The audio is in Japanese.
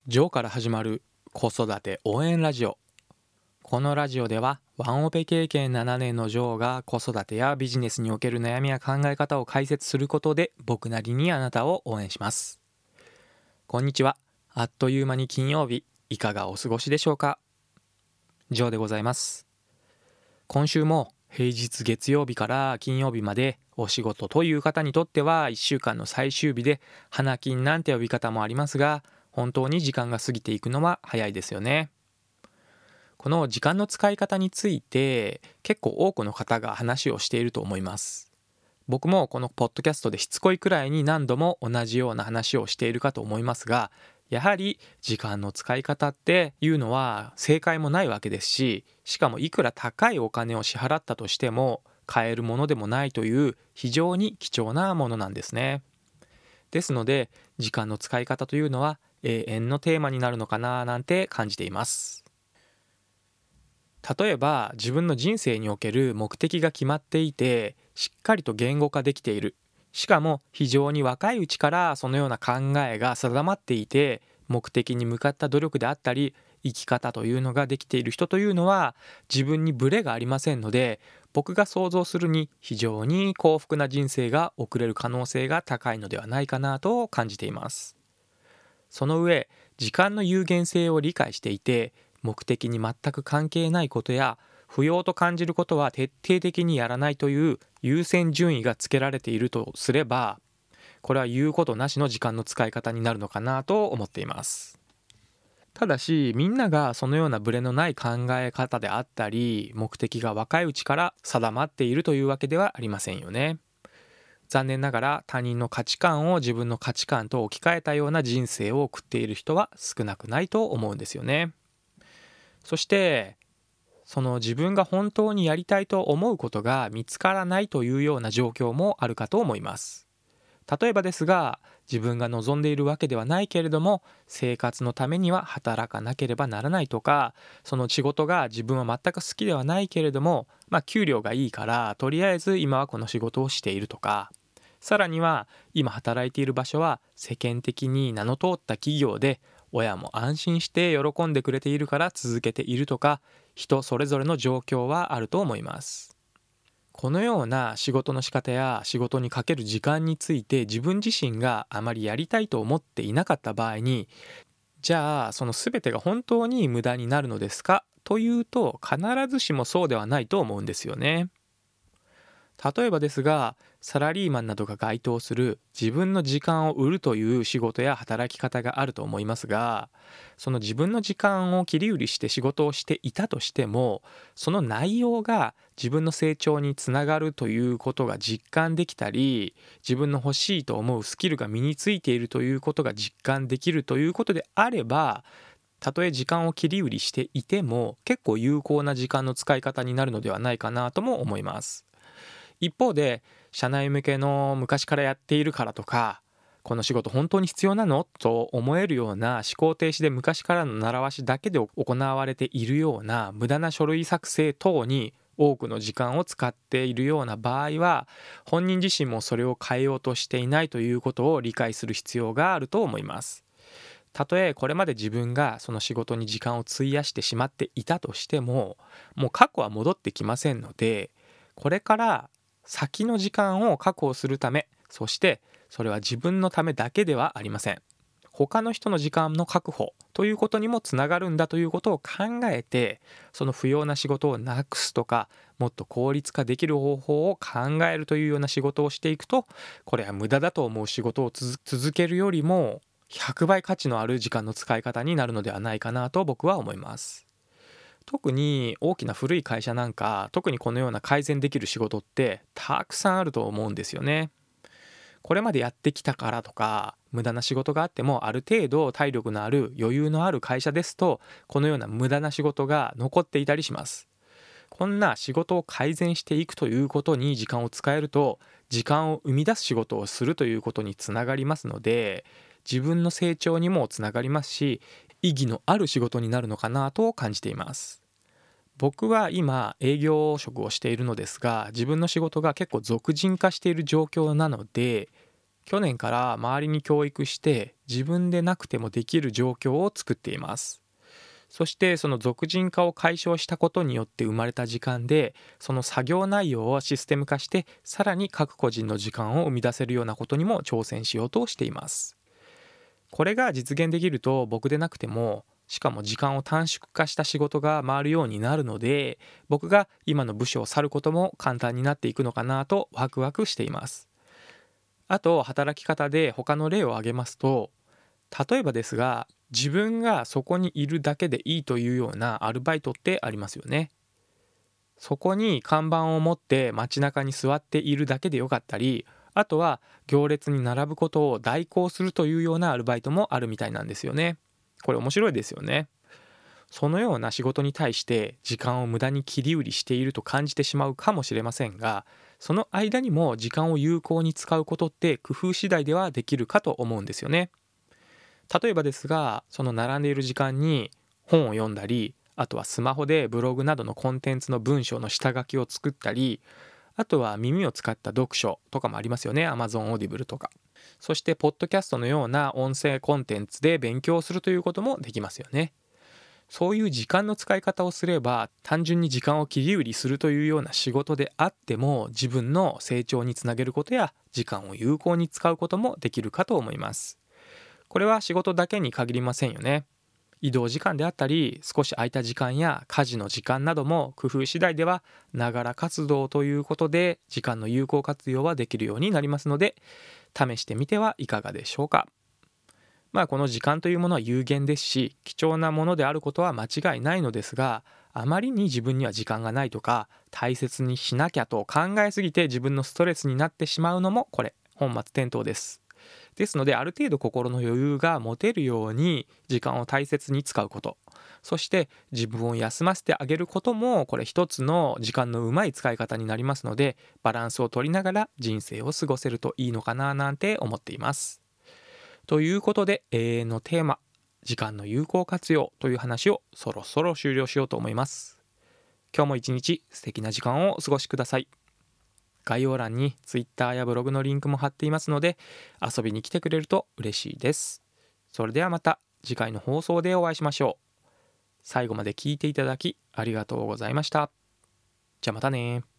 ジョーから始まる子育て応援ラジオ。このラジオではワンオペ経験7年のジョーが子育てやビジネスにおける悩みや考え方を解説することで僕なりにあなたを応援します。こんにちは。あっという間に金曜日、いかがお過ごしでしょうか。ジョーでございます。今週も平日月曜日から金曜日までお仕事という方にとっては1週間の最終日で花金なんて呼び方もありますが、本当に時間が過ぎていくのは早いですよね。この時間の使い方について結構多くの方が話をしていると思います。僕もこのポッドキャストでしつこいくらいに何度も同じような話をしているかと思いますが、やはり時間の使い方っていうのは正解もないわけですし、しかもいくら高いお金を支払ったとしても買えるものでもないという非常に貴重なものなんですね。ですので時間の使い方というのは永遠のテーマになるのかななんて感じています。例えば自分の人生における目的が決まっていてしっかりと言語化できている、しかも非常に若いうちからそのような考えが定まっていて目的に向かった努力であったり生き方というのができている人というのは自分にブレがありませんので、僕が想像するに非常に幸福な人生が送れる可能性が高いのではないかなと感じています。その上、時間の有限性を理解していて目的に全く関係ないことや不要と感じることは徹底的にやらないという優先順位がつけられているとすれば、これは言うことなしの時間の使い方になるのかなと思っています。ただしみんながそのようなブレのない考え方であったり目的が若いうちから定まっているというわけではありませんよね。残念ながら他人の価値観を自分の価値観と置き換えたような人生を送っている人は少なくないと思うんですよね。そしてその自分が本当にやりたいと思うことが見つからないというような状況もあるかと思います。例えばですが、自分が望んでいるわけではないけれども生活のためには働かなければならないとか、その仕事が自分は全く好きではないけれども、給料がいいからとりあえず今はこの仕事をしているとか、さらには今働いている場所は世間的に名の通った企業で親も安心して喜んでくれているから続けているとか、人それぞれの状況はあると思います。このような仕事の仕方や仕事にかける時間について自分自身があまりやりたいと思っていなかった場合に、じゃあその全てが本当に無駄になるのですかというと、必ずしもそうではないと思うんですよね。例えばですが、サラリーマンなどが該当する自分の時間を売るという仕事や働き方があると思いますが、その自分の時間を切り売りして仕事をしていたとしても、その内容が自分の成長につながるということが実感できたり、自分の欲しいと思うスキルが身についているということが実感できるということであれば、たとえ時間を切り売りしていても結構有効な時間の使い方になるのではないかなとも思います。一方で社内向けの昔からやっているからとか、この仕事本当に必要なのと思えるような思考停止で昔からの習わしだけで行われているような無駄な書類作成等に多くの時間を使っているような場合は、本人自身もそれを変えようとしていないということを理解する必要があると思います。たとえこれまで自分がその仕事に時間を費やしてしまっていたとしても、もう過去は戻ってきませんので、これから先の時間を確保するため、そしてそれは自分のためだけではありません。他の人の時間の確保ということにもつながるんだということを考えて、その不要な仕事をなくすとか、もっと効率化できる方法を考えるというような仕事をしていくと、これは無駄だと思う仕事を続けるよりも100倍価値のある時間の使い方になるのではないかなと僕は思います。特に大きな古い会社なんか、特にこのような改善できる仕事ってたくさんあると思うんですよね。これまでやってきたからとか無駄な仕事があっても、ある程度体力のある余裕のある会社ですとこのような無駄な仕事が残っていたりします。こんな仕事を改善していくということに時間を使えると、時間を生み出す仕事をするということにつながりますので、自分の成長にもつながりますし、意義のある仕事になるのかなと感じています。僕は今営業職をしているのですが、自分の仕事が結構俗人化している状況なので、 去年から周りに教育して自分でなくてもできる状況を作っています。そしてその属人化を解消したことによって生まれた時間で、その作業内容をシステム化してさらに各個人の時間を生み出せるようなことにも挑戦しようとしています。これが実現できると僕でなくても、しかも時間を短縮化した仕事が回るようになるので、僕が今の部署を去ることも簡単になっていくのかなとワクワクしています。あと働き方で他の例を挙げますと、例えばですが、自分がそこにいるだけでいいというようなアルバイトってありますよね。そこに看板を持って街中に座っているだけでよかったり、あとは行列に並ぶことを代行するというようなアルバイトもあるみたいなんですよね。これ面白いですよね。そのような仕事に対して時間を無駄に切り売りしていると感じてしまうかもしれませんが、その間にも時間を有効に使うことって工夫次第ではできるかと思うんですよね。例えばですが、その並んでいる時間に本を読んだり、あとはスマホでブログなどのコンテンツの文章の下書きを作ったり、あとは耳を使った読書とかもありますよね。 Amazon Audible とか。そしてポッドキャストのような音声コンテンツで勉強するということもできますよね。そういう時間の使い方をすれば、単純に時間を切り売りするというような仕事であっても、自分の成長につなげることや時間を有効に使うこともできるかと思います。これは仕事だけに限りませんよね。移動時間であったり、少し空いた時間や家事の時間なども工夫次第では、ながら活動ということで時間の有効活用はできるようになりますので、試してみてはいかがでしょうか。この時間というものは有限ですし、貴重なものであることは間違いないのですが、あまりに自分には時間がないとか、大切にしなきゃと考えすぎて自分のストレスになってしまうのも、これ本末転倒です。ですので、ある程度心の余裕が持てるように時間を大切に使うこと、そして自分を休ませてあげることも、これ一つの時間のうまい使い方になりますので、バランスを取りながら人生を過ごせるといいのかななんて思っています。ということで、永遠のテーマ、時間の有効活用という話をそろそろ終了しようと思います。今日も一日素敵な時間をお過ごしください。概要欄に Twitter やブログのリンクも貼っていますので、遊びに来てくれると嬉しいです。それではまた次回の放送でお会いしましょう。最後まで聞いていただきありがとうございました。じゃあまたね。